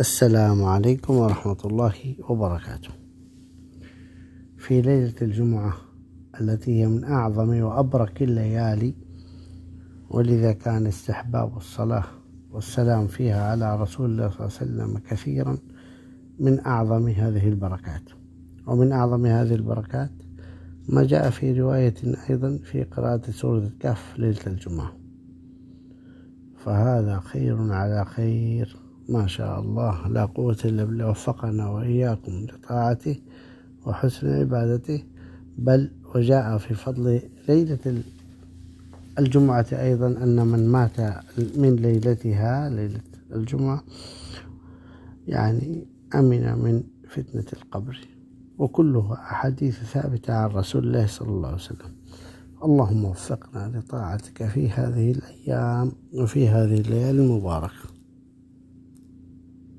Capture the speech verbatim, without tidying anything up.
السلام عليكم ورحمة الله وبركاته. في ليلة الجمعة التي هي من أعظم وأبرك الليالي، ولذا كان استحباب الصلاة والسلام فيها على رسول الله صلى الله عليه وسلم كثيرا، من أعظم هذه البركات. ومن أعظم هذه البركات ما جاء في رواية أيضا في قراءة سورة الكهف ليلة الجمعة، فهذا خير على خير ما شاء الله، لا قوة إلا بالله، وفقنا وإياكم لطاعته وحسن عبادته. بل وجاء في فضل ليلة الجمعة أيضا أن من مات من ليلتها، ليلة الجمعة، يعني أمن من فتنة القبر، وكلها أحاديث ثابتة عن رسول الله صلى الله عليه وسلم. اللهم وفقنا لطاعتك في هذه الأيام وفي هذه الليالي المباركة.